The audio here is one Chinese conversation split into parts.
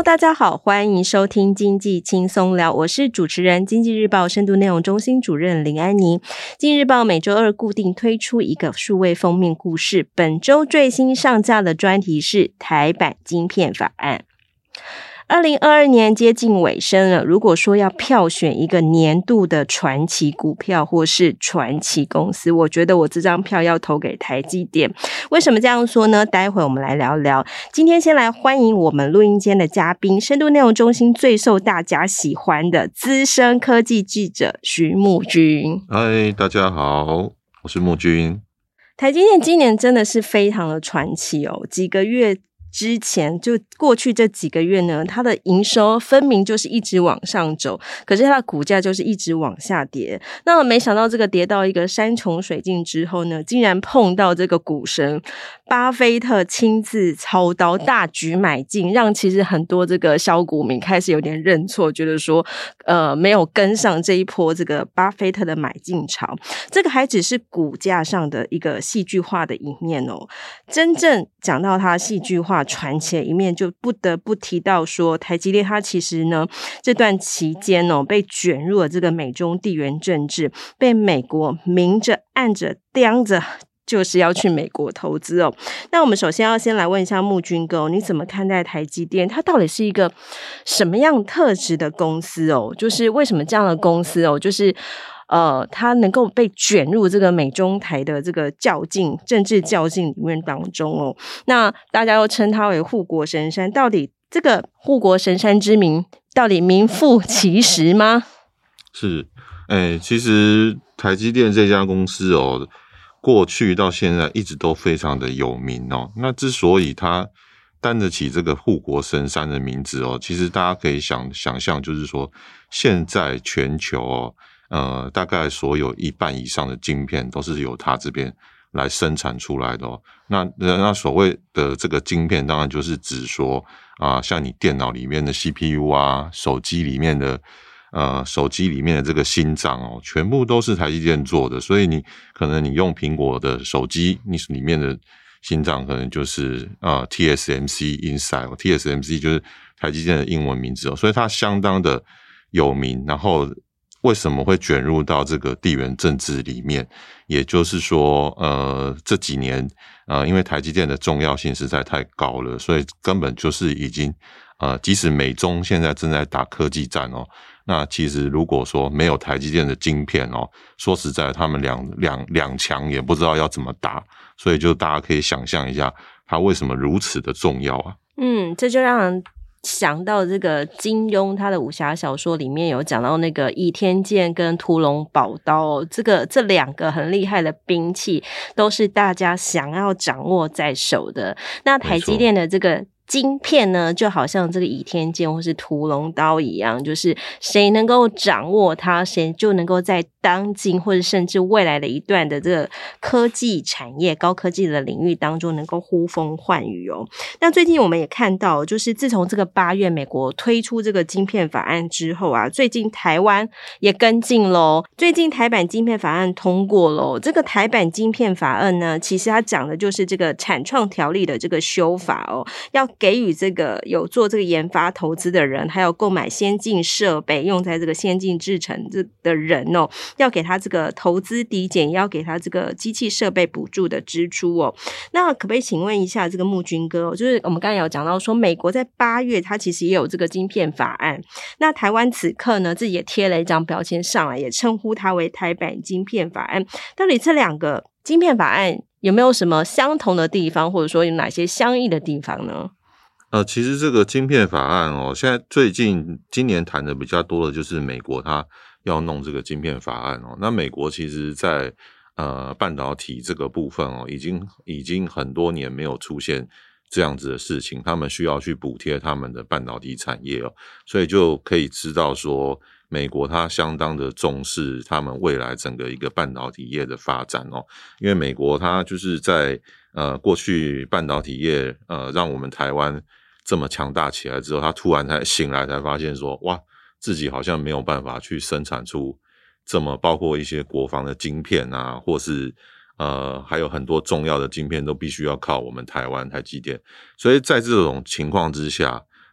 Hello， 大家好，欢迎收听经济轻松聊，我是主持人经济日报深度内容中心主任林安妮。经济日报每周二固定推出一个数位封面故事，本周最新上架的专题是台版晶片法案。2022年接近尾声了，如果说要票选一个年度的传奇股票或是传奇公司，我觉得我这张票要投给台积电。为什么这样说呢？待会我们来聊聊。今天先来欢迎我们录音间的嘉宾，深度内容中心最受大家喜欢的资深科技记者徐木君。 嗨，大家好，我是木君。 台积电今年真的是非常的传奇哦，几个月之前就过去这几个月呢，它的营收分明就是一直往上走，可是它的股价就是一直往下跌。那没想到这个跌到一个山穷水尽之后呢，竟然碰到这个股神巴菲特亲自操刀大举买进，让其实很多这个小股民开始有点认错，觉得说没有跟上这一波这个巴菲特的买进潮。这个还只是股价上的一个戏剧化的一面哦，真正讲到它戏剧化传奇的一面，就不得不提到说台积电它其实呢这段期间被卷入了这个美中地缘政治，被美国明着暗着刁着就是要去美国投资哦。那我们首先要先来问一下木君哥你怎么看待台积电？它到底是一个什么样特质的公司哦？就是为什么这样的公司哦，就是它能够被卷入这个美中台的这个较劲政治较劲里面当中哦。那大家又称它为护国神山，到底这个护国神山之名到底名副其实吗？ 是，其实台积电这家公司哦，过去到现在一直都非常的有名哦。那之所以它担得起这个护国神山的名字哦，其实大家可以想象，就是说现在全球大概所有一半以上的晶片都是由它这边来生产出来的哦。那所谓的这个晶片，当然就是指说像你电脑里面的 CPU 啊，手机里面的这个心脏哦，全部都是台积电做的。所以可能你用苹果的手机，你里面的心脏可能就是TSMC Inside，TSMC 就是台积电的英文名字哦，所以它相当的有名。然后为什么会卷入到这个地缘政治里面？也就是说，这几年因为台积电的重要性实在太高了，所以根本就是已经即使美中现在正在打科技战哦，那其实如果说没有台积电的晶片哦，说实在，他们两强也不知道要怎么打，所以就大家可以想象一下，它为什么如此的重要啊？ 这就让人想到这个金庸他的武侠小说里面有讲到那个倚天剑跟屠龙宝刀哦，这两个很厉害的兵器都是大家想要掌握在手的。那台积电的这个晶片呢，就好像这个倚天剑或是屠龙刀一样，就是谁能够掌握它，谁就能够在当今或者甚至未来的一段的这个科技产业、高科技的领域当中能够呼风唤雨哦。那最近我们也看到，就是自从这个8月美国推出这个晶片法案之后啊，最近台湾也跟进咯。最近台版晶片法案通过咯。这个台版晶片法案呢，其实它讲的就是这个产创条例的这个修法哦，要给予这个有做这个研发投资的人，还有购买先进设备用在这个先进制程的人哦，要给他这个投资抵减，也要给他这个机器设备补助的支出哦。那可不可以请问一下这个木君哥就是我们刚才有讲到说美国在8月它其实也有这个晶片法案，那台湾此刻呢自己也贴了一张标签上来，也称呼它为台版晶片法案。到底这两个晶片法案有没有什么相同的地方，或者说有哪些相异的地方呢？ 其实这个晶片法案哦，现在今年谈的比较多的就是美国它要弄这个晶片法案哦。那美国其实在半导体这个部分哦，已经很多年没有出现这样子的事情，他们需要去补贴他们的半导体产业哦，所以就可以知道说美国它相当的重视他们未来整个一个半导体业的发展哦。因为美国它就是在过去半导体业让我们台湾这么强大起来之后，他突然才醒来，才发现说哇，自己好像没有办法去生产出这么包括一些国防的晶片啊，或是还有很多重要的晶片都必须要靠我们台湾台积电。所以在这种情况之下，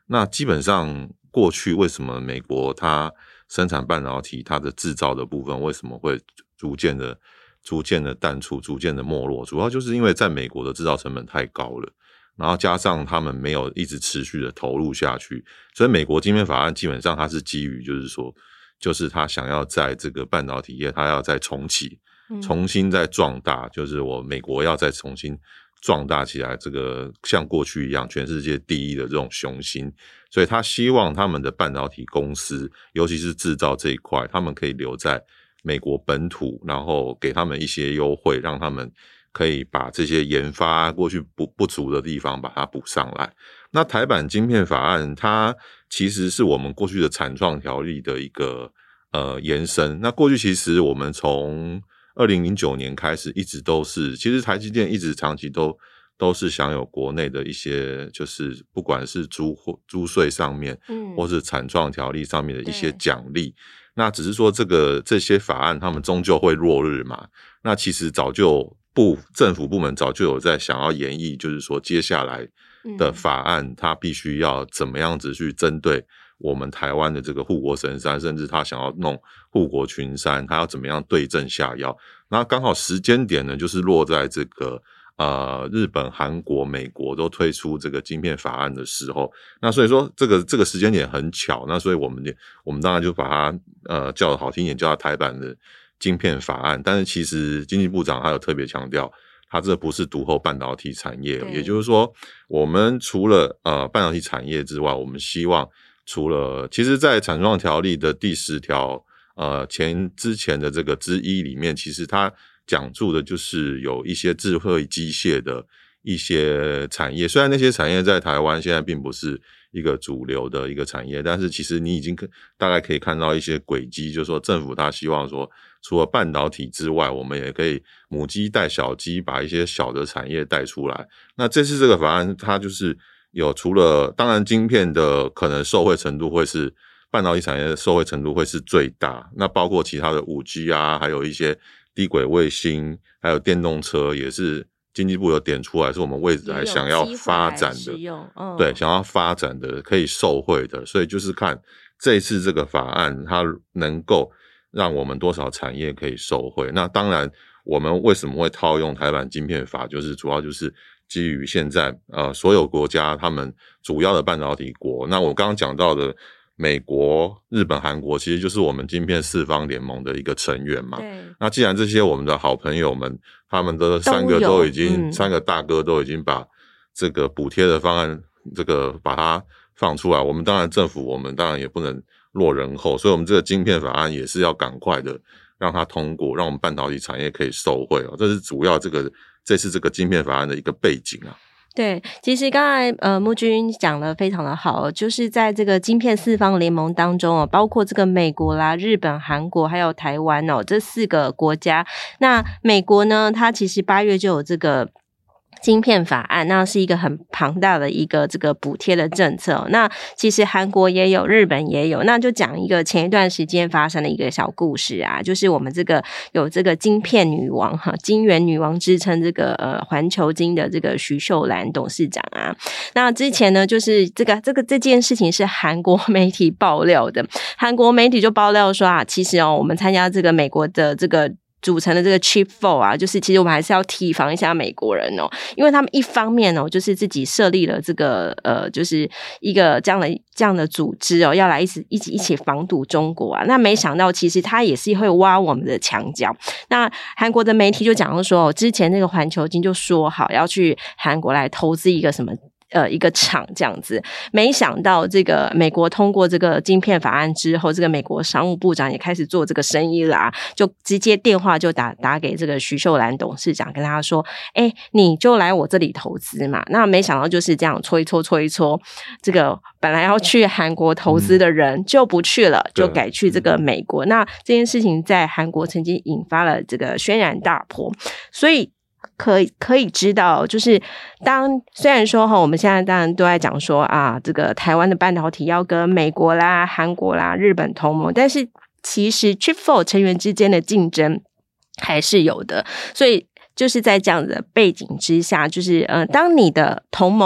那基本上过去为什么美国它生产半导体它的制造的部分为什么会逐渐的淡出，逐渐的没落，主要就是因为在美国的制造成本太高了，然后加上他们没有一直持续的投入下去，所以美国晶片法案基本上它是基于就是他想要在这个半导体业他要再重启，重新再壮大，就是美国要再重新壮大起来，这个像过去一样全世界第一的这种雄心，所以他希望他们的半导体公司尤其是制造这一块他们可以留在美国本土，然后给他们一些优惠，让他们可以把这些研发过去不足的地方把它补上来。那台版晶片法案它其实是我们过去的产创条例的一个延伸。那过去其实我们从2009年开始一直都是，其实台积电一直长期都是享有国内的一些，就是不管是租税上面或是产创条例上面的一些奖励，那只是说这些法案他们终究会落日嘛，那其实早就政府部门早就有在想要研议，就是说接下来的法案它必须要怎么样子去针对我们台湾的这个护国神山，甚至他想要弄护国群山，他要怎么样对症下药。那刚好时间点呢就是落在这个日本、韩国、美国都推出这个晶片法案的时候，那所以说这个时间点很巧，那所以我们当然就把它叫好听一点，叫它台版的晶片法案。但是其实经济部长还有特别强调，它这不是独后半导体产业，也就是说我们除了半导体产业之外，我们希望除了其实在产创条例的第10条之前的这个之一里面，其实它讲述的就是有一些智慧机械的一些产业，虽然那些产业在台湾现在并不是一个主流的一个产业，但是其实你已经大概可以看到一些轨迹，就是说政府他希望说除了半导体之外，我们也可以母鸡带小鸡，把一些小的产业带出来。那这次这个法案它就是有除了当然晶片的可能受惠程度会是半导体产业的受惠程度会是最大，那包括其他的 5G 啊，还有一些低轨卫星，还有电动车也是经济部有点出来是我们未来想要发展的，对，想要发展的可以受惠的，所以就是看这一次这个法案它能够让我们多少产业可以受惠。那当然我们为什么会套用台版晶片法，就是主要就是基于现在所有国家他们主要的半导体国，那我刚刚讲到的美国、日本、韩国其实就是我们晶片4方联盟的一个成员嘛。那既然这些我们的好朋友们他们的3个大哥都已经把这个补贴的方案这个把它放出来，我们当然政府我们当然也不能落人后，所以我们这个晶片法案也是要赶快的让它通过，让我们半导体产业可以受惠这是主要这次这个晶片法案的一个背景啊。 对，其实刚才木君讲得非常的好，就是在这个晶片4方联盟当中包括这个美国啦、日本、韩国还有台湾这4个国家。那美国呢，它其实8月就有这个晶片法案，那是一个很庞大的一个这个补贴的政策那其实韩国也有，日本也有。那就讲一个前一段时间发生的一个小故事啊，就是我们这个有这个晶片女王晶圆女王之称这个环球晶的这个徐秀兰董事长啊。那之前呢，就是这件事情是韩国媒体爆料的，韩国媒体就爆料说其实我们参加这个美国的这个组成的这个 Chip 4就是其实我们还是要提防一下美国人因为他们一方面就是自己设立了这个就是一个这样的组织要来一起防堵中国那没想到其实他也是会挖我们的墙角。那韩国的媒体就讲说之前那个环球晶就说好要去韩国来投资一个什么一个厂这样子，没想到这个美国通过这个晶片法案之后，这个美国商务部长也开始做这个生意啦，就直接电话就打给这个徐秀兰董事长，跟他说你就来我这里投资嘛。那没想到就是这样搓一搓，这个本来要去韩国投资的人就不去了，就改去这个美国。那这件事情在韩国曾经引发了这个轩然大波，所以可以知道，就是虽然说我们现在当然都在讲说这个台湾的半导体要跟美国啦、韩国啦、日本同盟，但是其实 Chip 4成员之间的竞争还是有的。所以就是在这样的背景之下，就是当你的同盟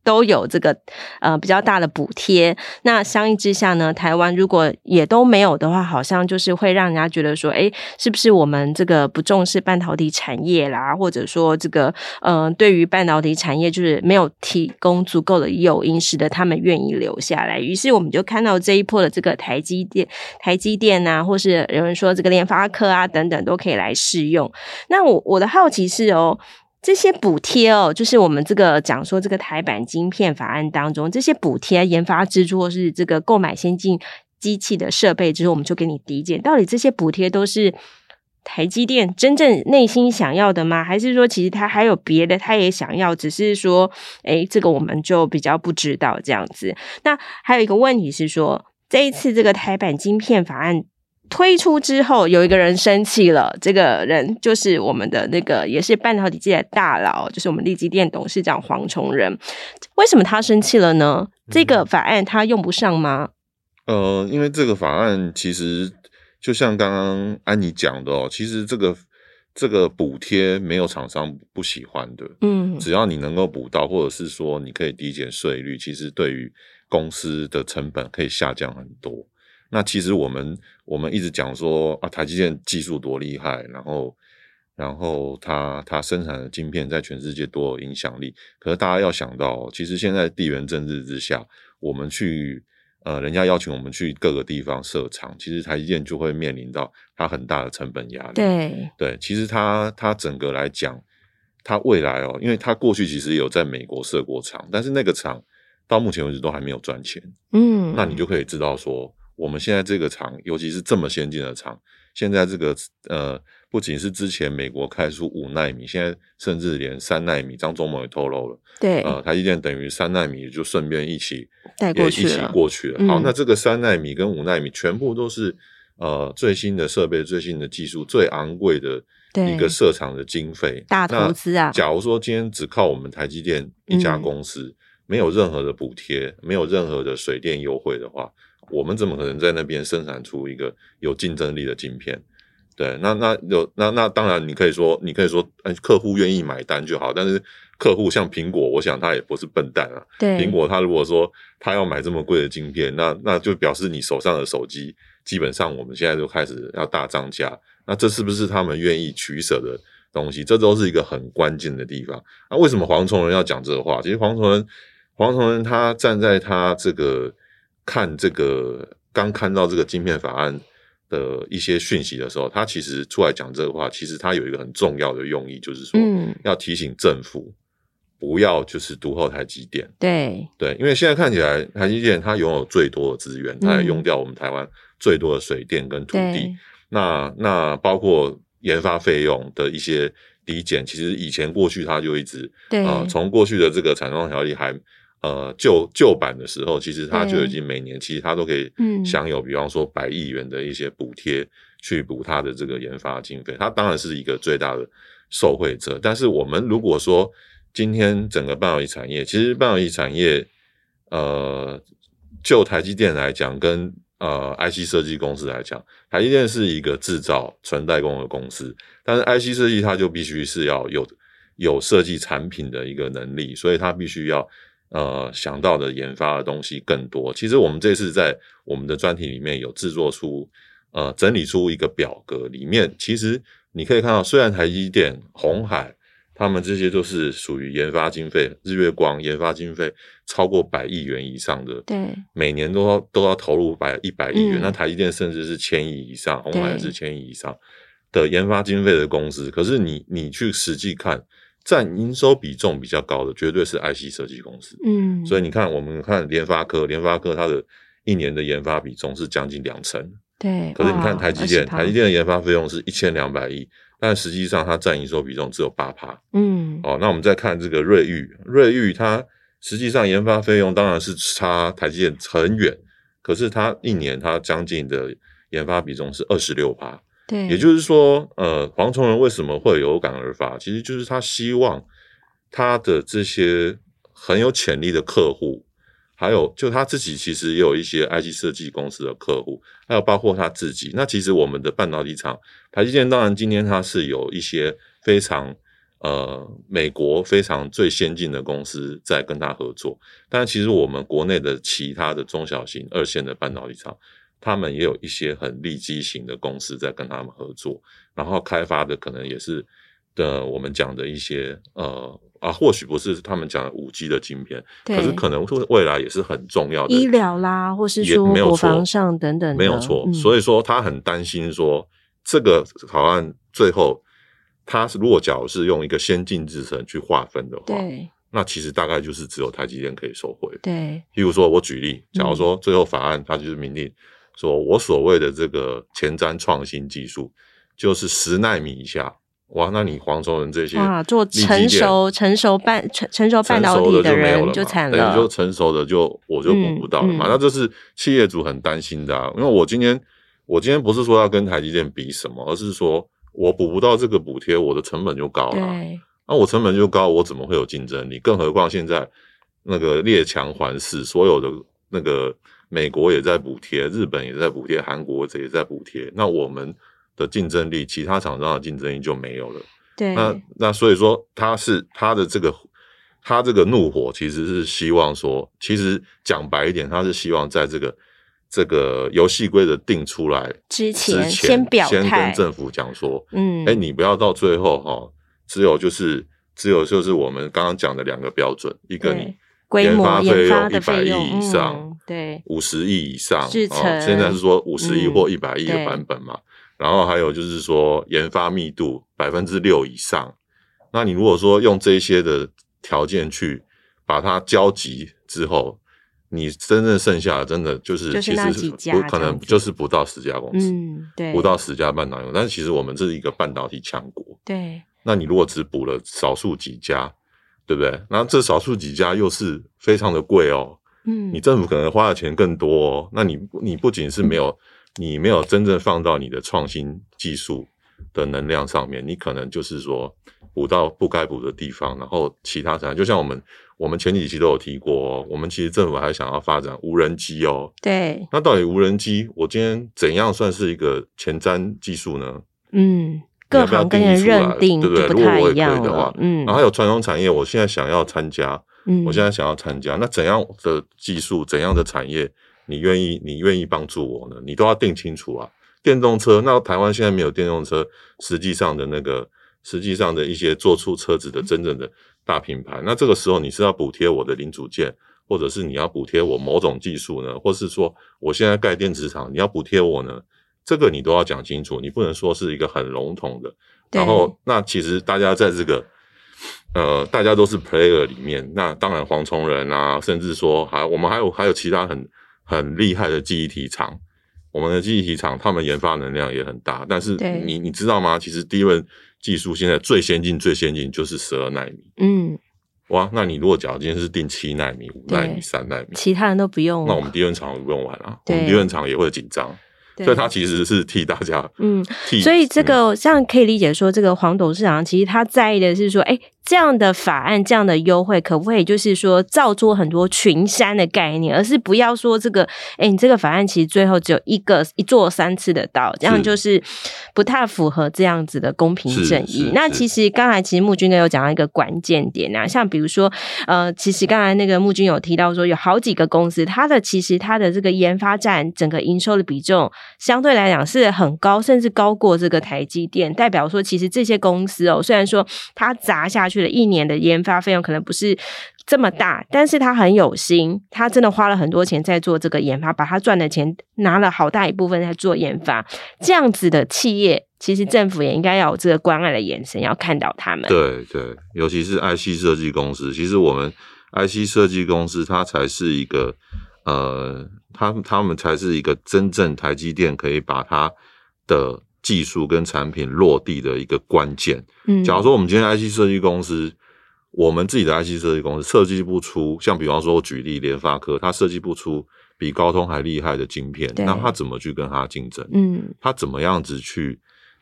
都有这个比较大的补贴。那相应之下呢，台湾如果也都没有的话，好像就是会让人家觉得说，是不是我们这个不重视半导体产业啦，或者说这个对于半导体产业就是没有提供足够的诱因，使得他们愿意留下来。于是我们就看到这一波的这个台积电啊，或是有人说这个联发科啊等等都可以来试用。那我的好奇是这些补贴就是我们这个讲说这个台版晶片法案当中，这些补贴研发支出或是这个购买先进机器的设备之后，我们就给你抵减。到底这些补贴都是台积电真正内心想要的吗？还是说其实他还有别的他也想要，只是说这个我们就比较不知道这样子。那还有一个问题是说，这一次这个台版晶片法案推出之后，有一个人生气了，这个人就是我们的那个也是半导体界的大佬，就是我们力积电董事长黄崇仁。为什么他生气了呢？这个法案他用不上吗？ 因为这个法案其实就像刚刚安妮讲的其实这个补贴没有厂商不喜欢的，只要你能够补到，或者是说你可以抵减税率，其实对于公司的成本可以下降很多。那其实我们一直讲说台积电技术多厉害，然后它生产的晶片在全世界多有影响力。可是大家要想到其实现在地缘政治之下，我们去人家邀请我们去各个地方设厂，其实台积电就会面临到它很大的成本压力。对，其实它整个来讲，它未来因为它过去其实有在美国设过厂，但是那个厂到目前为止都还没有赚钱。那你就可以知道说，我们现在这个厂，尤其是这么先进的厂，现在这个不仅是之前美国开出5奈米，现在甚至连3奈米，张忠谋也透露了， 对， 台积电等于3奈米就顺便一起带过去了， 一起过去了。好，那这个3奈米跟5奈米全部都是最新的设备、最新的技术、最昂贵的一个设厂的经费， 大投资啊。 假如说今天只靠我们台积电一家公司，没有任何的补贴，没有任何的水电优惠的话，我们怎么可能在那边生产出一个有竞争力的晶片？对，那当然你可以说客户愿意买单就好，但是客户像苹果，我想他也不是笨蛋啊。 对， 苹果他如果说他要买这么贵的晶片，那就表示你手上的手机基本上我们现在就开始要大涨价，那这是不是他们愿意取舍的东西？这都是一个很关键的地方。那为什么黄崇仁要讲这个话？其实黄崇仁他站在他这个刚看到这个晶片法案的一些讯息的时候，他其实出来讲这个话，其实他有一个很重要的用意，就是说要提醒政府不要就是独后台积电。 对， 因为现在看起来台积电它拥有最多的资源，它也用掉我们台湾最多的水电跟土地。那包括研发费用的一些抵减，其实以前过去它就一直从过去的这个产创条例还旧版的时候，其实它就已经每年其实它都可以享有比方说100亿元的一些补贴，去补它的这个研发经费，它当然是一个最大的受惠者。但是我们如果说今天整个半导体产业，其实半导体产业就台积电来讲跟IC 设计公司来讲，台积电是一个制造纯代工的公司，但是 IC 设计它就必须是要有设计产品的一个能力，所以它必须要想到的研发的东西更多。其实我们这次在我们的专题里面有制作出整理出一个表格，里面其实你可以看到，虽然台积电、鸿海他们这些都是属于研发经费，日月光研发经费超过100亿元以上的， 对， 每年都要投入100亿元，那台积电甚至是1000亿以上，鸿海是1000亿以上的研发经费的公司。可是你去实际看，占营收比重比较高的绝对是 IC 设计公司。所以你看，我们看联发科它的一年的研发比重是将近20%。 对， 可是你看台积电的研发费用是1200亿，但实际上它占营收比重只有 8%。那我们再看这个瑞昱它实际上研发费用当然是差台积电很远，可是它一年它将近的研发比重是 26%。 对， 也就是说黄崇仁为什么会有感而发，其实就是他希望他的这些很有潜力的客户，还有就他自己其实也有一些 IC 设计公司的客户，还有包括他自己。那其实我们的半导体厂台积电当然今天它是有一些非常美国非常最先进的公司在跟他合作，但其实我们国内的其他的中小型二线的半导体厂，他们也有一些很利基型的公司在跟他们合作，然后开发的可能也是我们讲的一些或许不是他们讲的5G 的晶片，可是可能未来也是很重要的医疗啦，或是说国防上等等的， 没有错。所以说他很担心说这个法案最后他如果假如是用一个先进制程去划分的话，那其实大概就是只有台积电可以受惠。 对， 譬如说我举例，假如说最后法案它就是明定说我所谓的这个前瞻创新技术就是10奈米以下，哇，那你黄崇仁这些做成熟半导体的人就惨了， 等于就成熟的我就补不到了嘛。那这是企业主很担心的因为我今天不是说要跟台积电比什么，而是说我补不到这个补贴，我的成本就高了。那我成本就高，我怎么会有竞争力？更何况现在那个列强环视，所有的那个美国也在补贴，日本也在补贴，韩国也在补贴，那我们的竞争力，其他厂商的竞争力就没有了。 对， 那所以说他这个怒火其实是希望说，其实讲白一点，他是希望在这个游戏规则定出来之前先表态， 先跟政府讲说，你不要到最后只有就是我们刚刚讲的2个标准，一个你研发费用100亿以上， 对 ，50亿以上， 现在是说50亿或100亿的版本嘛。然后还有就是说研发密度6%以上，那你如果说用这些的条件去把它交集之后，你真正剩下的真的就是其实可能就是不到10家公司， 对， 不到10家半导体，但是其实我们是一个半导体强国， 对。 那你如果只补了少数几家，对不对？那这少数几家又是非常的贵你政府可能花的钱更多那你不仅是你没有真正放到你的创新技术的能量上面，你可能就是说补到不该补的地方，然后其他产业就像我们前几期都有提过我们其实政府还想要发展无人机对， 那到底无人机我今天怎样算是一个前瞻技术呢？ 各行各业认定对不对？ 就不太一样了。 如果我也可以的话，然后还有传统产业，我现在想要参加，那怎样的技术，怎样的产业，你愿意帮助我呢？你都要定清楚电动车，那台湾现在没有电动车，实际上的一些做出车子的真正的大品牌，那这个时候你是要补贴我的零组件，或者是你要补贴我某种技术呢？或是说我现在盖电池厂，你要补贴我呢？这个你都要讲清楚，你不能说是一个很笼统的。然后，那其实大家在这个大家都是 player 里面，那当然黄崇仁甚至说我们还有其他很厉害的记忆体厂，我们的记忆体厂他们研发能量也很大，但是你知道吗？其实第一轮技术现在最先进就是12奈米。哇，那你如果假如今天是定7奈米、5奈米、3奈米， 其他人都不用， 那我们第二厂不用玩我们第二厂也会紧张。所以他其实是替大家， 所以这个这样可以理解说，这个黄董事长其实他在意的是说，这样的法案这样的优惠可不可以就是说造出很多群山的概念，而是不要说这个你这个法案其实最后只有一座3次的道，这样就是不太符合这样子的公平正义。那其实刚才木君哥有讲到一个关键点像比如说其实刚才那个木君有提到说有好几个公司其实它的这个研发占整个营收的比重相对来讲是很高，甚至高过这个台积电，代表说其实这些公司虽然说它砸下去了1年的研发费用可能不是这么大，但是他很有心，他真的花了很多钱在做这个研发，把他赚的钱拿了好大一部分在做研发，这样子的企业其实政府也应该要有这个关爱的眼神，要看到他们。 对，尤其是 IC 设计公司，其实我们 IC 设计公司它才是一个他们才是一个真正台积电可以把它的技术跟产品落地的一个关键。假如说我们今天 IC 设计公司，我们自己的 IC 设计公司设计不出，像比方说我举例联发科，它设计不出比高通还厉害的晶片，那它怎么去跟它竞争？它怎么样子去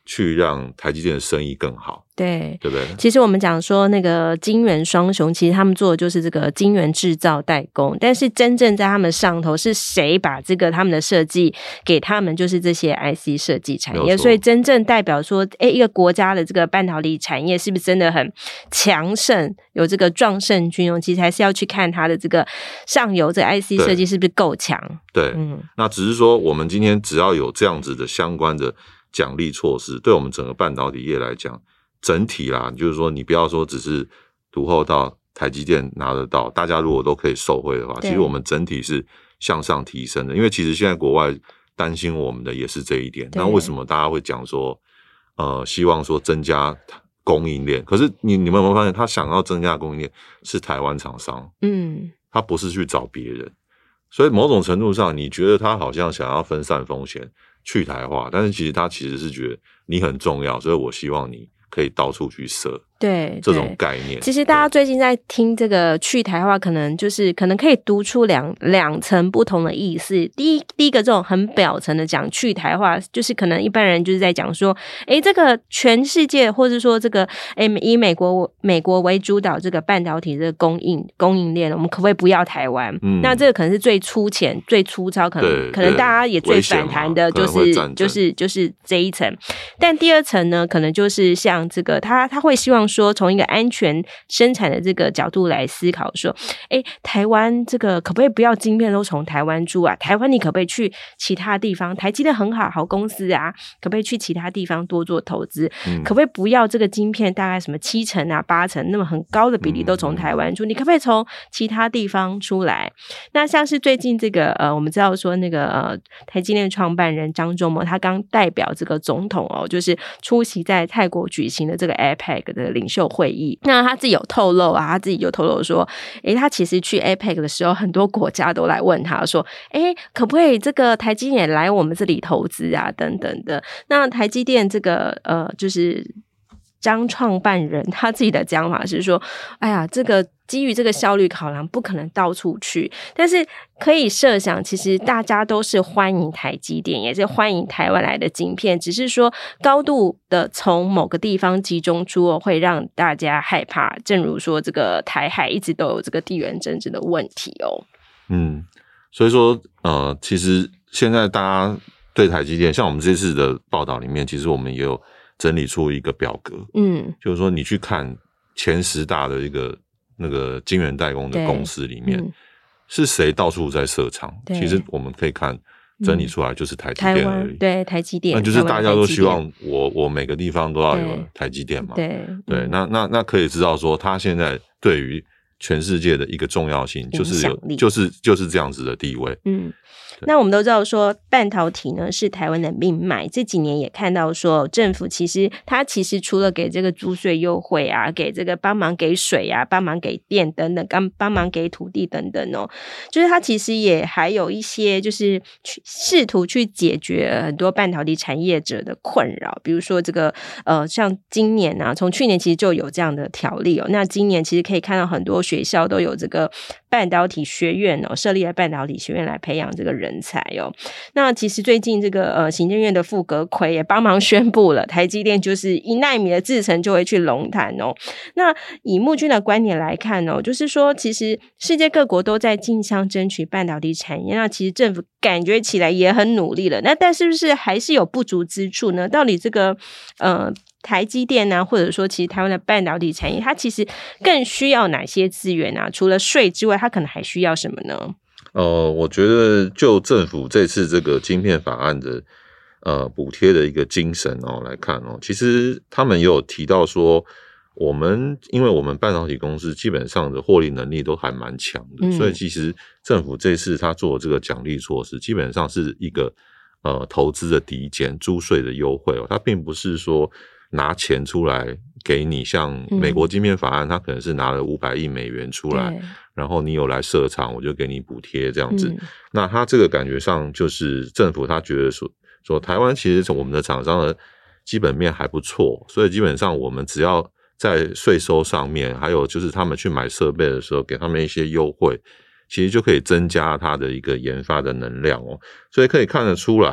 去让台积电的生意更好。 对， 对不对？ 其实我们讲说那个晶圆双雄，其实他们做的就是这个晶圆制造代工，但是真正在他们上头是谁把这个他们的设计给他们，就是这些 IC 设计产业。所以真正代表说，一个国家的这个半导体产业是不是真的很强盛，有这个壮盛军哦？其实还是要去看它的这个上游这个 IC 设计是不是够强。 对，那只是说我们今天只要有这样子的相关的奖励措施，对我们整个半导体业来讲。整体啦，就是说你不要说只是独厚到台积电拿得到，大家如果都可以受惠的话，其实我们整体是向上提升的。因为其实现在国外担心我们的也是这一点。那为什么大家会讲说希望说增加供应链？可是你们有没有发现，他想要增加供应链是台湾厂商，他不是去找别人。所以某种程度上，你觉得他好像想要分散风险、去台化，但是其实他其实是觉得你很重要，所以我希望你可以到处去设，对这种概念。 其实大家最近在听这个去台化，可能可以读出两层不同的意思。第一个这种很表层的讲去台化，就是可能一般人就是在讲说，这个全世界或者说这个以美国为主导这个半导体这个供应链，我们可不可以不要台湾？那这个可能是最粗浅、最粗糙，可能大家也最反弹的就是这一层。但第二层呢，可能就是像这个他会希望说从一个安全生产的这个角度来思考说，台湾这个可不可以不要晶片都从台湾出啊？台湾你可不可以去其他地方？台积电很好公司啊，可不可以去其他地方多做投资？可不可以不要这个晶片大概什么7成啊8成那么很高的比例都从台湾出？你可不可以从其他地方出来？那像是最近这个我们知道说那个台积电创办人张忠谋，他刚代表这个总统就是出席在泰国举行的这个 APEC 的领袖会议。那他自己有透露他自己就透露说他其实去 APEC 的时候，很多国家都来问他说可不可以这个台积电也来我们这里投资啊等等的。那台积电这个就是张创办人他自己的讲法是说，这个基于这个效率考量，不可能到处去，但是可以设想，其实大家都是欢迎台积电，也是欢迎台湾来的晶片，只是说高度的从某个地方集中出会让大家害怕。正如说这个台海一直都有这个地缘政治的问题所以说其实现在大家对台积电，像我们这次的报道里面，其实我们也有整理出一个表格，就是说你去看前10大的一个那个晶圆代工的公司里面，是谁到处在设厂？其实我们可以看整理出来，就是台积电而已。 对，台积电， 那就是大家都希望我每个地方都要有台积电嘛。对，那可以知道说，它现在对于全世界的一个重要性，就是这样子的地位。 那我们都知道说半导体呢是台湾的命脉，这几年也看到说政府其实除了给这个租税优惠啊，给这个帮忙给水啊，帮忙给电等等，帮忙给土地等等就是它其实也还有一些就是试图去解决很多半导体产业者的困扰。比如说这个像今年啊，从去年其实就有这样的条例那今年其实可以看到很多学校都有这个半导体学院设立了半导体学院来培养这个人才那其实最近这个行政院的副阁揆也帮忙宣布了，台积电就是1奈米的制程就会去龙潭那以木君的观点来看就是说其实世界各国都在竞相争取半导体产业，那其实政府感觉起来也很努力了，那但是不是还是有不足之处呢？到底这个台积电啊，或者说其实台湾的半导体产业，它其实更需要哪些资源啊？除了税之外，它可能还需要什么呢？ 我觉得就政府这次这个晶片法案的补贴的一个精神来看其实他们也有提到说，因为我们半导体公司基本上的获利能力都还蛮强的，所以其实政府这次他做的这个奖励措施，基本上是一个投资的抵减、租税的优惠它并不是说拿钱出来给你，像美国晶片法案，它可能是拿了500亿美元出来，然后你有来设厂，我就给你补贴这样子。那它这个感觉上就是政府他觉得说台湾其实我们的厂商的基本面还不错，所以基本上我们只要在税收上面，还有就是他们去买设备的时候给他们一些优惠，其实就可以增加它的一个研发的能量所以可以看得出来，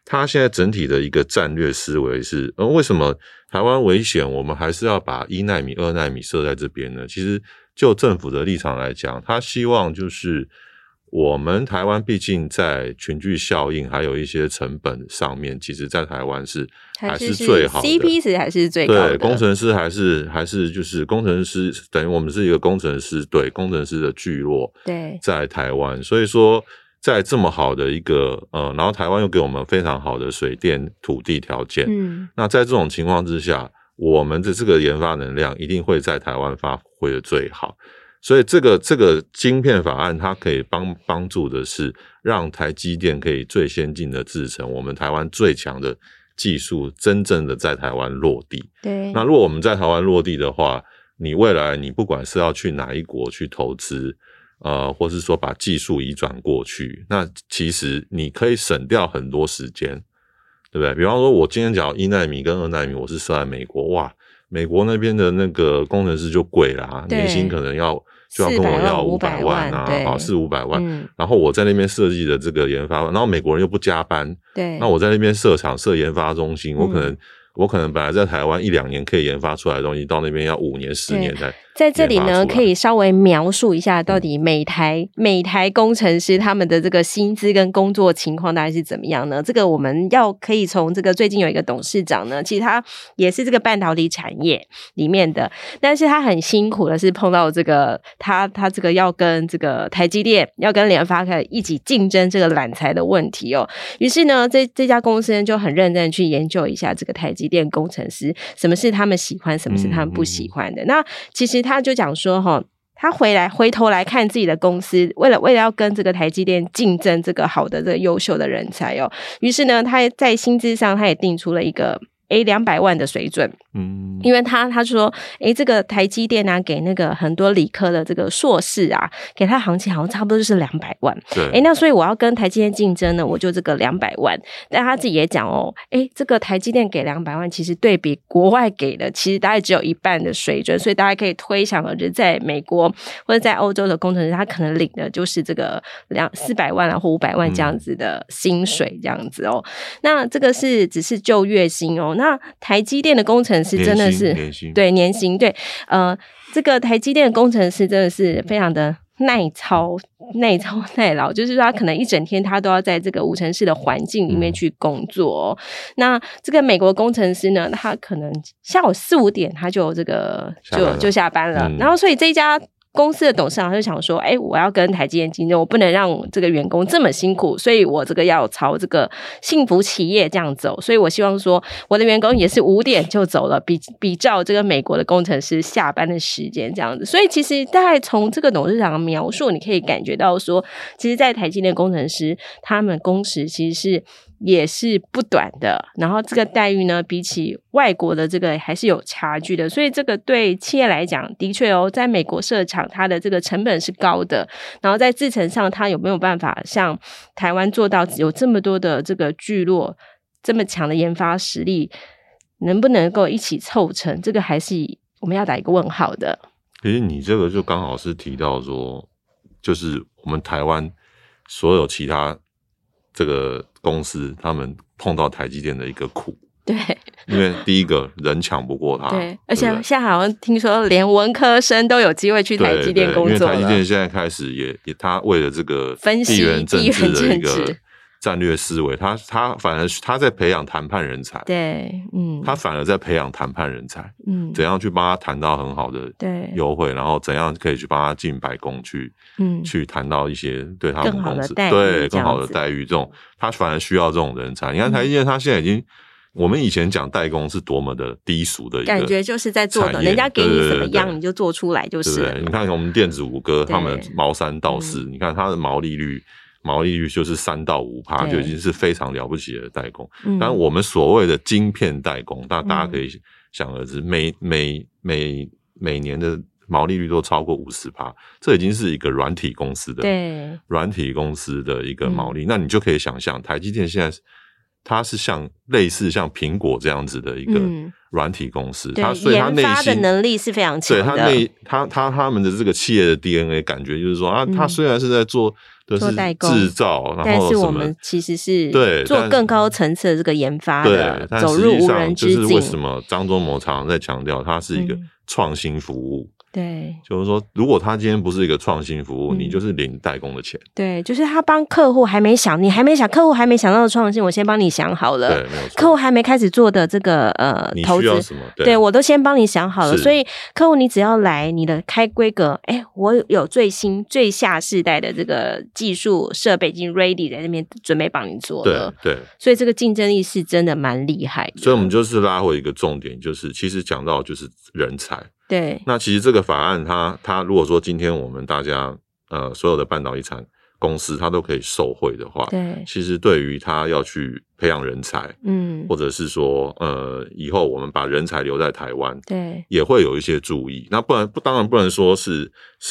它现在整体的一个战略思维是，为什么台湾危险，我们还是要把1奈米、2奈米设在这边呢？其实就政府的立场来讲，他希望就是我们台湾毕竟在群聚效应还有一些成本上面，其实在台湾还是最好的 ，CP 值还是最高的。 对，工程师还是就是工程师，等于我们是一个工程师，对，工程师的聚落， 对，在台湾，所以说在这么好的一个然后台湾又给我们非常好的水电土地条件，那在这种情况之下，我们的这个研发能量一定会在台湾发挥的最好。所以这个晶片法案它可以帮助的是让台积电可以最先进的制程，我们台湾最强的技术真正的在台湾落地。 对， 那如果我们在台湾落地的话，你未来你不管是要去哪一国去投资，或是说把技术移转过去，那其实你可以省掉很多时间，对不对？比方说我今天讲1奈米跟2奈米，我是设在美国，哇，美国那边的那个工程师就贵啦，年薪可能就要跟我要500万啊，400-500万，然后我在那边设计的这个研发，然后美国人又不加班， 对， 那我在那边设厂设研发中心，我可能本来在台湾1-2年可以研发出来的东西，到那边要5年10年才。 在这里呢，可以稍微描述一下到底每台工程师他们的这个薪资跟工作情况大概是怎么样呢？这个我们可以从这个最近有一个董事长呢，其实他也是这个半导体产业里面的，但是他很辛苦的是碰到这个他这个要跟这个台积电要跟联发科一起竞争这个揽才的问题哦。于是呢，这家公司就很认真的去研究一下这个台积电工程师什么是他们喜欢，什么是他们不喜欢的。那其实他就讲说他回头来看自己的公司，为了要跟这个台积电竞争这个好的这个优秀的人才于是呢，他在薪资上他也定出了一个200万的水准，因为他说这个台积电啊，给那个很多理科的这个硕士啊，给他行情好像差不多就是200万， 对， 那所以我要跟台积电竞争呢，我就这个200万，但他自己也讲这个台积电给200万，其实对比国外给的，其实大概只有一半的水准，所以大家可以推想而知，在美国或者在欧洲的工程师，他可能领的就是这个400万啊或500万这样子的薪水这样子那这个只是就月薪那台积电的工程师真的是年薪对这个台积电的工程师真的是非常的耐操耐劳，就是说他可能一整天他都要在这个无尘室的环境里面去工作那这个美国工程师呢，他可能下午4-5点他就就下班了然后所以这一家公司的董事长就想说我要跟台积电竞争，我不能让这个员工这么辛苦，所以我这个要朝这个幸福企业这样走，所以我希望说我的员工也是5点就走了，比照这个美国的工程师下班的时间这样子。所以其实大概从这个董事长的描述，你可以感觉到说，其实在台积电工程师他们工时其实也是不短的，然后这个待遇呢，比起外国的这个还是有差距的，所以这个对企业来讲的确在美国设厂它的这个成本是高的，然后在制程上它有没有办法像台湾做到有这么多的这个聚落，这么强的研发实力，能不能够一起凑成，这个还是我们要打一个问号的。 其实你这个就刚好是提到说，就是我们台湾所有其他这个公司他们碰到台积电的一个苦， 对， 因为第一个人抢不过他， 对，而且现在好像听说连文科生都有机会去台积电工作了， 因为台积电现在开始也他为了这个分析地缘政治的一个战略思维，他反而他在培养谈判人才， 对， 他反而在培养谈判人才，怎样去帮他谈到很好的优惠，然后怎样可以去帮他进白宫去谈到一些对他们公司更好的待遇，这种他反而需要这种人才。你看台积电，他现在已经，我们以前讲代工是多么的低俗的一个感觉，就是在做的，人家给你什么样你就做出来就是了。 对，你看我们电子五哥他们毛3到4，你看他的毛利率就是3到5%，就已经是非常了不起的代工。但我们所谓的晶片代工，大家可以想而知，每年的毛利率都超过50%，这已经是一个软体公司的一个毛利。那你就可以想象，台积电现在它是类似像苹果这样子的一个软体公司，所以它研发的能力是非常强的。 对，他们的这个企业的 DNA 感觉就是说它虽然是在做的是制造，然后但是我们其实是做更高层次的这个研发的， 对， 走入无人之境。 就是为什么张忠谋常常在强调，它是一个创新服务。 对， 就是说，如果他今天不是一个创新服务，你就是领代工的钱。 对，就是他帮客户还没想，客户还没想到的创新，我先帮你想好了。 对，没有错。 客户还没开始做的这个投资， 你需要什么？ 对我都先帮你想好了。所以客户你只要来，你的开规格，我有最新最下世代的这个技术设备已经 ready 在那边准备帮你做了。 对， 所以这个竞争力是真的蛮厉害的。 所以我们就是拉回一个重点，就是其实讲到就是人才。 对， 那其实这个法案它如果说今天我们大家所有的半导体公司它都可以受惠的话， 对， 其实对于它要去培养人才，或者是说以后我们把人才留在台湾， 对， 也会有一些注意。那当然不能说是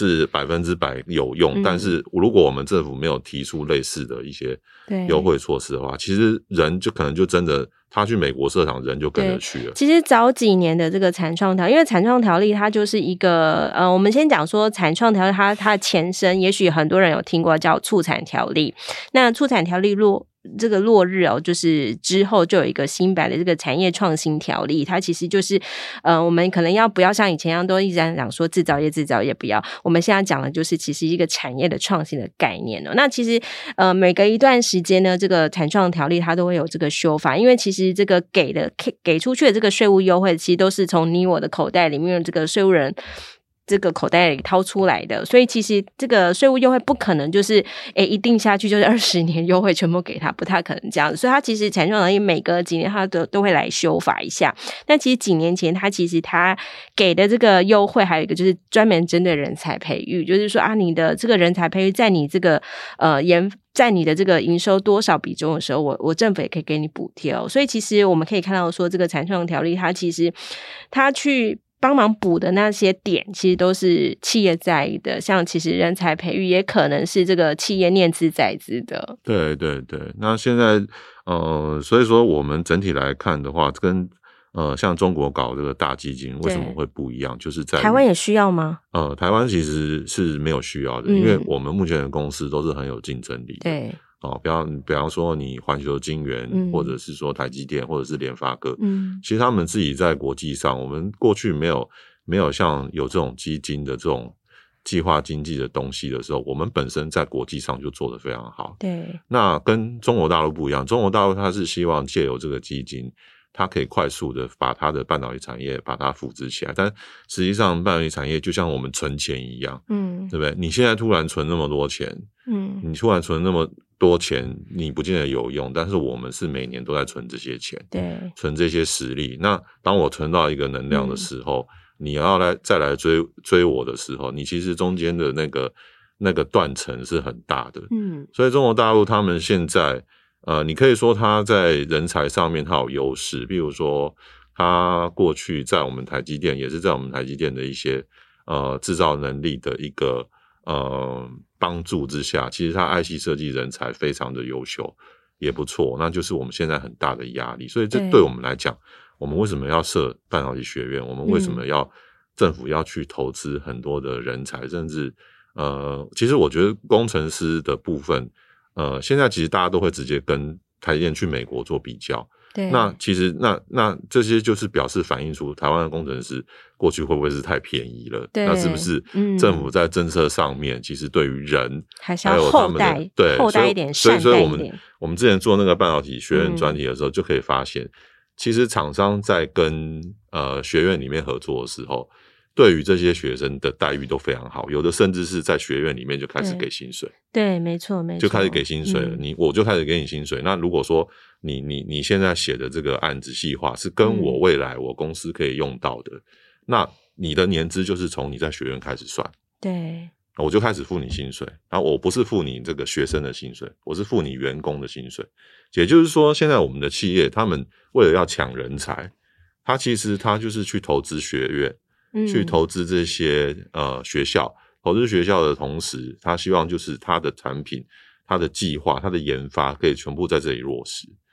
100%有用，但是如果我们政府没有提出类似的一些优惠措施的话，其实人就可能就真的。他去美国设厂，人就跟着去了。 其实早几年的这个产创条，因为产创条例它就是一个我们先讲说产创条例它的前身，也许很多人有听过叫促产条例。那促产条例这个落日就是之后就有一个新版的这个产业创新条例，它其实就是我们可能要不要像以前一样都一直在讲说制造业不要，我们现在讲的就是其实一个产业的创新的概念那其实每隔一段时间呢，这个产创条例它都会有这个修法，因为其实这个给出去的这个税务优惠，其实都是从你我的口袋里面这个税务人这个口袋里掏出来的，所以其实这个税务优惠不可能就是一定下去就是20年优惠全部给他，不太可能这样子。所以他其实产创条例每隔几年他都会来修法一下。但其实几年前他给的这个优惠还有一个就是专门针对人才培育，就是说你的这个人才培育在你这个在你的这个营收多少比重的时候，我政府也可以给你补贴所以其实我们可以看到说，这个产创条例它其实它去帮忙补的那些点，其实都是企业在意的。像其实人才培育也可能是这个企业念兹在兹的。 对对对，那现在所以说我们整体来看的话，跟像中国搞这个大基金为什么会不一样？就是在台湾也需要吗？ 台湾其实是没有需要的，因为我们目前的公司都是很有竞争力的。对。比方说你环球晶圆，或者是说台积电，或者是联发科，其实他们自己在国际上，我们过去没有像有这种基金的这种计划经济的东西的时候，我们本身在国际上就做得非常好。 对， 那跟中国大陆不一样，中国大陆它是希望借由这个基金，它可以快速的把它的半导体产业把它扶植起来，但实际上半导体产业就像我们存钱一样，对不对？你现在突然存那么多钱，你突然存那么多钱，你不见得有用，但是我们是每年都在存这些钱，对，存这些实力。那当我存到一个能量的时候，你要再来追我的时候，你其实中间的那个断层是很大的。所以中国大陆他们现在你可以说他在人才上面他有优势，比如说他过去在我们台积电，也是在我们台积电的一些制造能力的一个帮助之下，其实他 IC 设计人才非常的优秀，也不错，那就是我们现在很大的压力。所以这对我们来讲，我们为什么要设半导体学院？我们为什么政府要去投资很多的人才，甚至其实我觉得工程师的部分，现在其实大家都会直接跟台积电去美国做比较。对，那其实那这些就是表示反映出台湾的工程师过去会不会是太便宜了？那是不是政府在政策上面其实对于人还是要厚待一点，善待一点。 我们之前做那个半导体学院专题的时候，就可以发现，其实厂商在跟学院里面合作的时候，对于这些学生的待遇都非常好，有的甚至是在学院里面就开始给薪水。 对，没错，就开始给薪水了。我就开始给你薪水。那如果说你现在写的这个案子细化是跟我未来我公司可以用到的，那你的年资就是从你在学院开始算。对，我就开始付你薪水。然后我不是付你这个学生的薪水，我是付你员工的薪水。也就是说，现在我们的企业他们为了要抢人才，他其实他就是去投资学院，去投资这些学校。投资学校的同时，他希望就是他的产品、他的计划、他的研发可以全部在这里落实。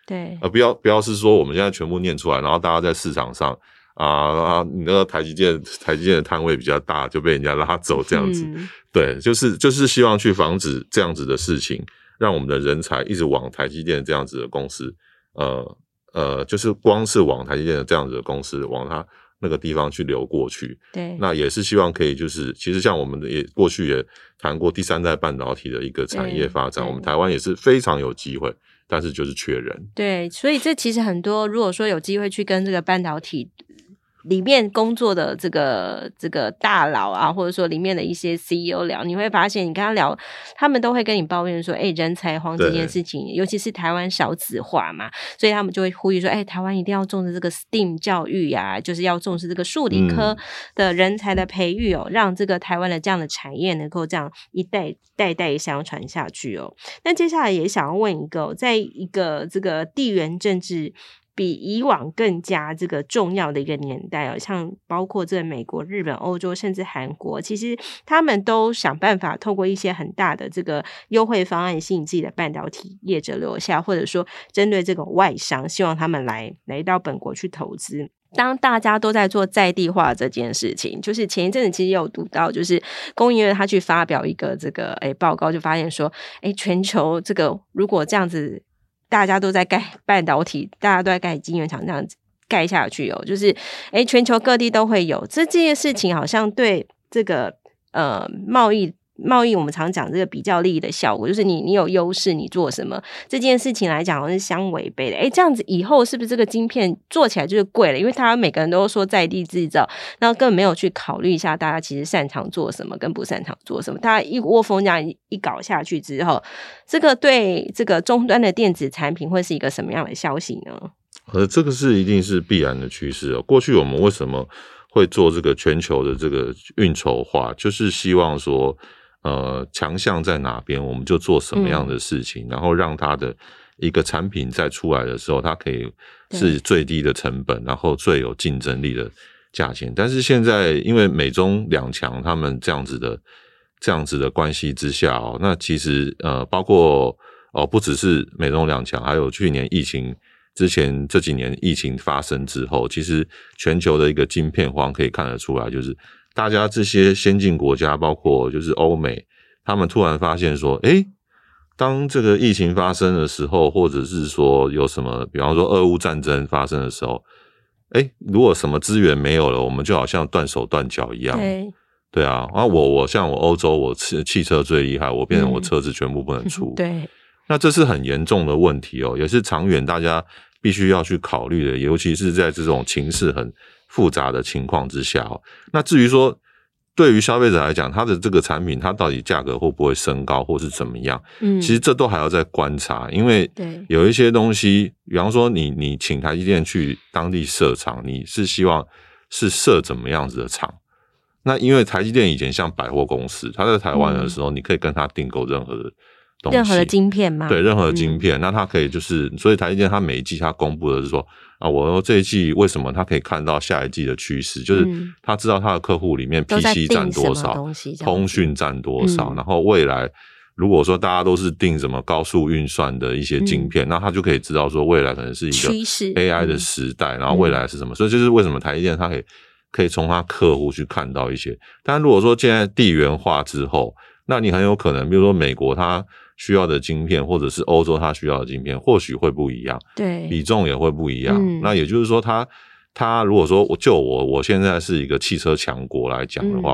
对， 不要是说我们现在全部念出来，然后大家在市场上你那个台积电的摊位比较大，就被人家拉走这样子。对，就是希望去防止这样子的事情，让我们的人才一直往台积电这样子的公司，就是光是往台积电的这样子的公司往它那个地方去流过去。 对， 那也是希望可以就是其实像我们过去也谈过第三代半导体的一个产业发展，我们台湾也是非常有机会，但是就是缺人。 对，所以这其实很多如果说有机会去跟这个半导体里面工作的这个大佬啊，或者说里面的一些 CEO 聊，你会发现你跟他聊，他们都会跟你抱怨说人才荒这件事情，尤其是台湾少子化嘛，所以他们就会呼吁说台湾一定要重视这个 STEAM 教育啊，就是要重视这个数理科的人才的培育让这个台湾的这样的产业能够这样一代相传下去那接下来也想要问一个在一个这个地缘政治比以往更加这个重要的一个年代像包括这美国、日本、欧洲甚至韩国，其实他们都想办法透过一些很大的这个优惠方案吸引自己的半导体业者留下，或者说针对这种外商希望他们来到本国去投资。当大家都在做在地化这件事情，就是前一阵子其实有读到，就是工研院他去发表一个这个报告，就发现说全球这个如果这样子大家都在盖半导体，大家都在盖晶圆厂，这样子盖下去就是全球各地都会有这件事情，好像对这个贸易我们常讲这个比较利益的效果，就是你有优势你做什么这件事情来讲好像是相违背的。这样子以后是不是这个晶片做起来就是贵了？因为大家每个人都说在地制造，然后根本没有去考虑一下大家其实擅长做什么跟不擅长做什么，大家一窝蜂这样一搞下去之后，这个对这个终端的电子产品会是一个什么样的消息呢？ 这个是一定是必然的趋势过去我们为什么会做这个全球的这个运筹化，就是希望说强项在哪边我们就做什么样的事情，然后让它的一个产品在出来的时候它可以是最低的成本，然后最有竞争力的价钱。但是现在因为美中两强他们这样子的关系之下那其实包括不只是美中两强，还有去年疫情之前这几年疫情发生之后，其实全球的一个晶片荒可以看得出来，就是大家这些先进国家包括就是欧美，他们突然发现说当这个疫情发生的时候，或者是说有什么比方说俄乌战争发生的时候如果什么资源没有了，我们就好像断手断脚一样。对啊，我像我欧洲我汽车最厉害，我变成我车子全部不能出对， 那这是很严重的问题也是长远大家必须要去考虑的，尤其是在这种情势很复杂的情况之下那至于说对于消费者来讲，他的这个产品它到底价格会不会升高或是怎么样其实这都还要再观察，因为有一些东西比方说你请台积电去当地设厂，你是希望是设怎么样子的厂，那因为台积电以前像百货公司，他在台湾的时候你可以跟他订购任何的东西， 任何的晶片吗？ 对，任何的晶片那他可以就是所以台积电他每一季他公布的是说我这一季为什么他可以看到下一季的趋势，就是他知道他的客户里面 PC 占多少，通讯占多少然后未来如果说大家都是订什么高速运算的一些晶片那他就可以知道说未来可能是一个 AI 的时代然后未来是什么所以就是为什么台积电他可以从他客户去看到一些。但如果说现在地缘化之后，那你很有可能比如说美国它需要的晶片或者是欧洲它需要的晶片或许会不一样， 对， 比重也会不一样那也就是说它如果说我现在是一个汽车强国来讲的话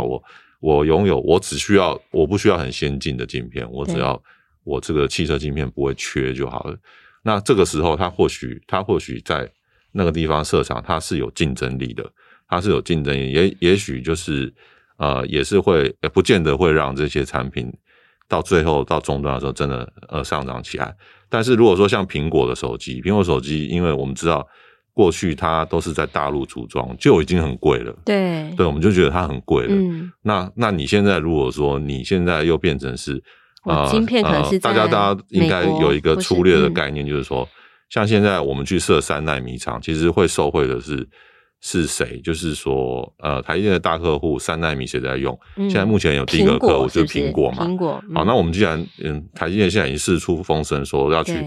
我不需要很先进的晶片，我只要我这个汽车晶片不会缺就好了。那这个时候它或许在那个地方设厂它是有竞争力的，它是有竞争力也许就是也是会不见得会让这些产品到最后到终端的时候真的上涨起来。但是如果说像苹果手机因为我们知道过去它都是在大陆组装就已经很贵了，对，我们就觉得它很贵了那你现在如果说你现在又变成是晶片可能是大家应该有一个粗略的概念就是说像现在我们去设3奈米厂其实会受惠的是谁，就是说台积电的大客户3奈米谁在用现在目前有第一个客户就是苹果嘛。好，那我们既然台积电现在已经释出风声说要去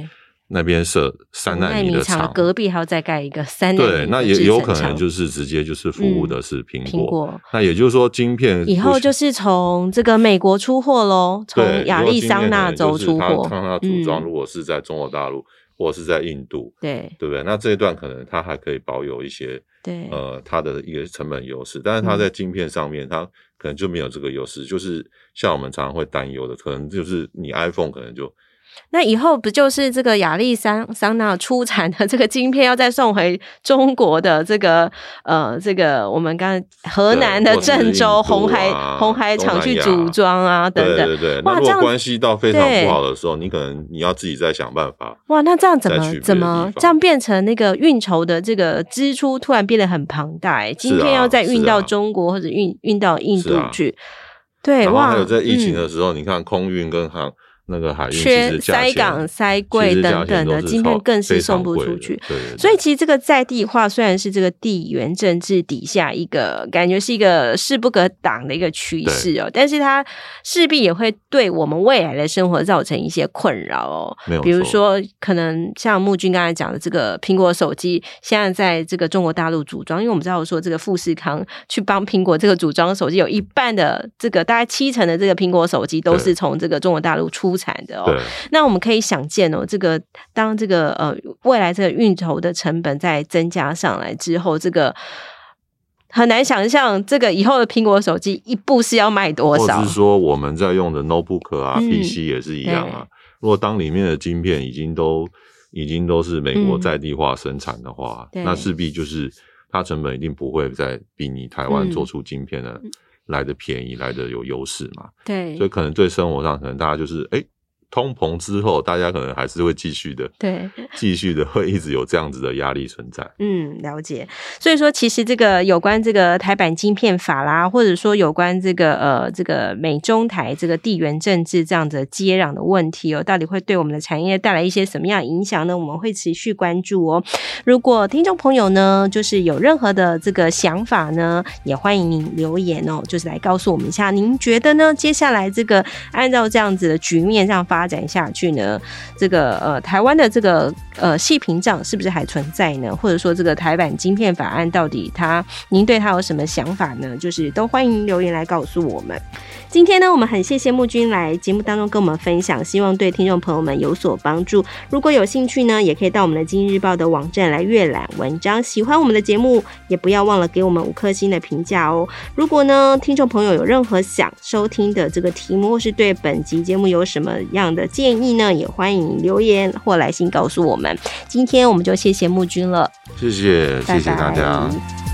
那边设3奈米的厂， 隔壁还要再盖一个3奈米的制程厂。 对，那也有可能就是直接就是服务的是苹果。那也就是说，晶片以后就是从这个美国出货咯，从亚利桑那州出货。 它组装如果是在中国大陆或者是在印度， 对不对？那这一段可能它还可以保有一些它的一个成本优势，但是它在晶片上面它可能就没有这个优势，就是像我们常常会担忧的，可能就是你 iPhone 可能就。 那以后不就是这个亚利桑那出产的这个晶片要再送回中国的这个我们刚才河南的郑州红海厂去组装啊等等。 对，那如果关系到非常不好的时候，你可能你要自己再想办法。 哇，那这样怎么这样变成那个运筹的这个支出突然变得很庞大？晶片要再运到中国或者运到印度去。对， 然后还有在疫情的时候，你看空运跟那个海运缺塞港塞柜等等的晶片更是送不出去。 对， 所以其实这个在地化虽然是这个地缘政治底下一个感觉是一个势不可挡的一个趋势哦，但是它势必也会对我们未来的生活造成一些困扰哦。比如说可能像木君刚才讲的这个苹果手机现在在这个中国大陆组装，因为我们知道说这个富士康去帮苹果这个组装手机，有一半的这个大概70%的这个苹果手机都是从这个中国大陆出产的哦。那我们可以想见哦，这个当这个未来这个运筹的成本再增加上来之后，这个很难想象这个以后的苹果手机一部是要卖多少， 或是说我们在用的 notebook 啊、PC 也是一样啊。如果当里面的晶片已经都是美国在地化生产的话，那势必就是它成本一定不会再比你台湾做出晶片的来的便宜，来的有优势嘛。 对， 所以可能对生活上可能大家就是通膨之后，大家可能还是会继续的会一直有这样子的压力存在。 了解。所以说其实这个有关这个台版晶片法啦，或者说有关这个美中台这个地缘政治这样子接壤的问题哦，到底会对我们的产业带来一些什么样的影响呢？我们会持续关注哦。如果听众朋友呢就是有任何的这个想法呢，也欢迎您留言哦，就是来告诉我们一下您觉得呢接下来这个按照这样子的局面上发展下去呢，这个台湾的这个细屏障是不是还存在呢？或者说这个台版晶片法案到底您对它有什么想法呢？就是都欢迎留言来告诉我们。今天呢我们很谢谢木君来节目当中跟我们分享，希望对听众朋友们有所帮助。如果有兴趣呢，也可以到我们的今日报的网站来阅览文章。喜欢我们的节目也不要忘了给我们5颗星的评价哦。如果呢听众朋友有任何想收听的这个题目，或是对本集节目有什么样的建议呢，也欢迎留言或来信告诉我们。今天我们就谢谢木君了， 谢谢大家。